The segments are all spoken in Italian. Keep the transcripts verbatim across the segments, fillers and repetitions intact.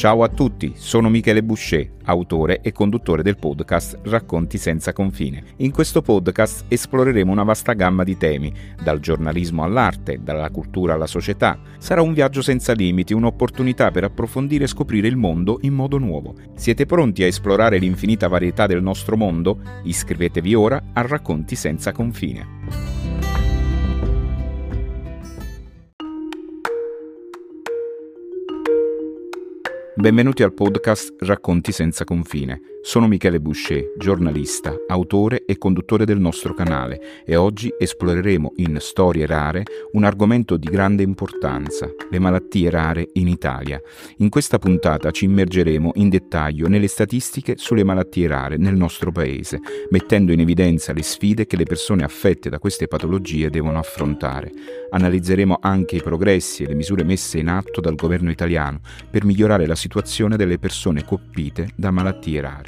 Ciao a tutti, sono Michele Boucher, autore e conduttore del podcast Racconti senza confine. In questo podcast esploreremo una vasta gamma di temi, dal giornalismo all'arte, dalla cultura alla società. Sarà un viaggio senza limiti, un'opportunità per approfondire e scoprire il mondo in modo nuovo. Siete pronti a esplorare l'infinita varietà del nostro mondo? Iscrivetevi ora a Racconti senza confine. Benvenuti al podcast Racconti senza confine. Sono Michele Boucher, giornalista, autore e conduttore del nostro canale e oggi esploreremo in Storie Rare un argomento di grande importanza, le malattie rare in Italia. In questa puntata ci immergeremo in dettaglio nelle statistiche sulle malattie rare nel nostro paese, mettendo in evidenza le sfide che le persone affette da queste patologie devono affrontare. Analizzeremo anche i progressi e le misure messe in atto dal governo italiano per migliorare la situazione delle persone colpite da malattie rare.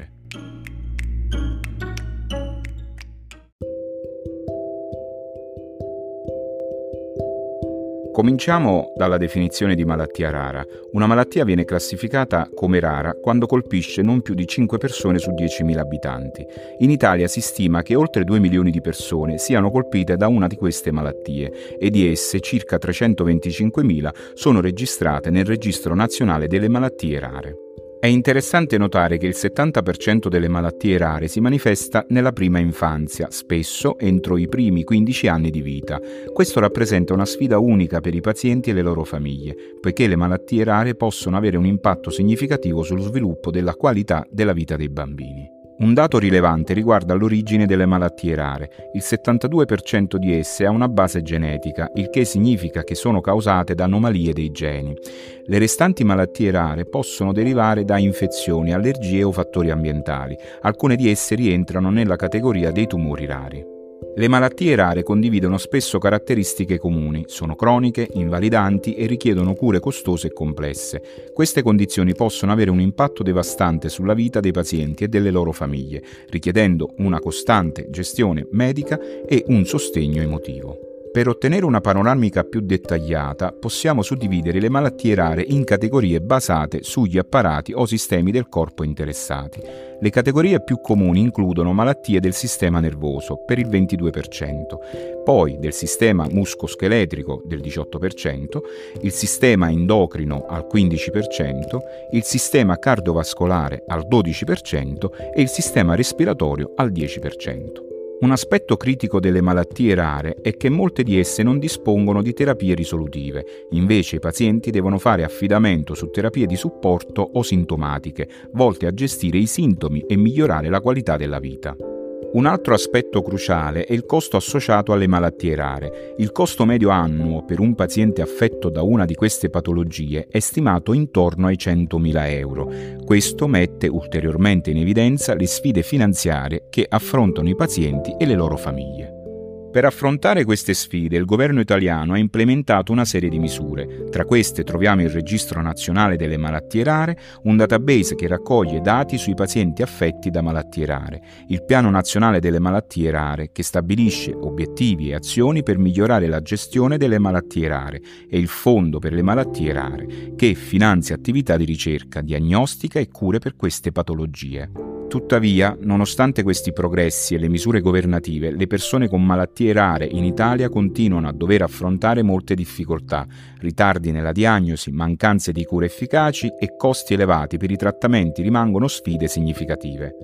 Cominciamo dalla definizione di malattia rara. Una malattia viene classificata come rara quando colpisce non più di cinque persone su diecimila abitanti. In Italia si stima che oltre due milioni di persone siano colpite da una di queste malattie e di esse circa trecentoventicinquemila sono registrate nel Registro Nazionale delle Malattie Rare. È interessante notare che il settanta per cento delle malattie rare si manifesta nella prima infanzia, spesso entro i primi quindici anni di vita. Questo rappresenta una sfida unica per i pazienti e le loro famiglie, poiché le malattie rare possono avere un impatto significativo sullo sviluppo della qualità della vita dei bambini. Un dato rilevante riguarda l'origine delle malattie rare. Il settantadue per cento di esse ha una base genetica, il che significa che sono causate da anomalie dei geni. Le restanti malattie rare possono derivare da infezioni, allergie o fattori ambientali. Alcune di esse rientrano nella categoria dei tumori rari. Le malattie rare condividono spesso caratteristiche comuni, sono croniche, invalidanti e richiedono cure costose e complesse. Queste condizioni possono avere un impatto devastante sulla vita dei pazienti e delle loro famiglie, richiedendo una costante gestione medica e un sostegno emotivo. Per ottenere una panoramica più dettagliata, possiamo suddividere le malattie rare in categorie basate sugli apparati o sistemi del corpo interessati. Le categorie più comuni includono malattie del sistema nervoso, per il ventidue per cento, poi del sistema muscoscheletrico, del diciotto per cento, il sistema endocrino, al quindici per cento, il sistema cardiovascolare, al dodici per cento e il sistema respiratorio, al dieci per cento. Un aspetto critico delle malattie rare è che molte di esse non dispongono di terapie risolutive, invece i pazienti devono fare affidamento su terapie di supporto o sintomatiche, volte a gestire i sintomi e migliorare la qualità della vita. Un altro aspetto cruciale è il costo associato alle malattie rare. Il costo medio annuo per un paziente affetto da una di queste patologie è stimato intorno ai centomila euro. Questo mette ulteriormente in evidenza le sfide finanziarie che affrontano i pazienti e le loro famiglie. Per affrontare queste sfide, il governo italiano ha implementato una serie di misure. Tra queste troviamo il Registro Nazionale delle Malattie Rare, un database che raccoglie dati sui pazienti affetti da malattie rare, il Piano Nazionale delle Malattie Rare, che stabilisce obiettivi e azioni per migliorare la gestione delle malattie rare, e il Fondo per le Malattie Rare, che finanzia attività di ricerca, diagnostica e cure per queste patologie. Tuttavia, nonostante questi progressi e le misure governative, le persone con malattie rare in Italia continuano a dover affrontare molte difficoltà, ritardi nella diagnosi, mancanze di cure efficaci e costi elevati per i trattamenti rimangono sfide significative.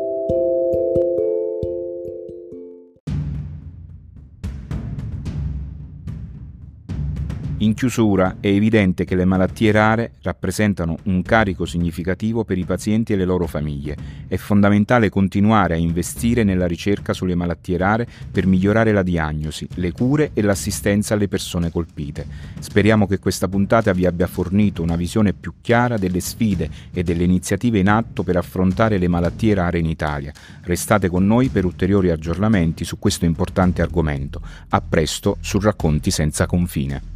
In chiusura, è evidente che le malattie rare rappresentano un carico significativo per i pazienti e le loro famiglie. È fondamentale continuare a investire nella ricerca sulle malattie rare per migliorare la diagnosi, le cure e l'assistenza alle persone colpite. Speriamo che questa puntata vi abbia fornito una visione più chiara delle sfide e delle iniziative in atto per affrontare le malattie rare in Italia. Restate con noi per ulteriori aggiornamenti su questo importante argomento. A presto su Racconti senza confine.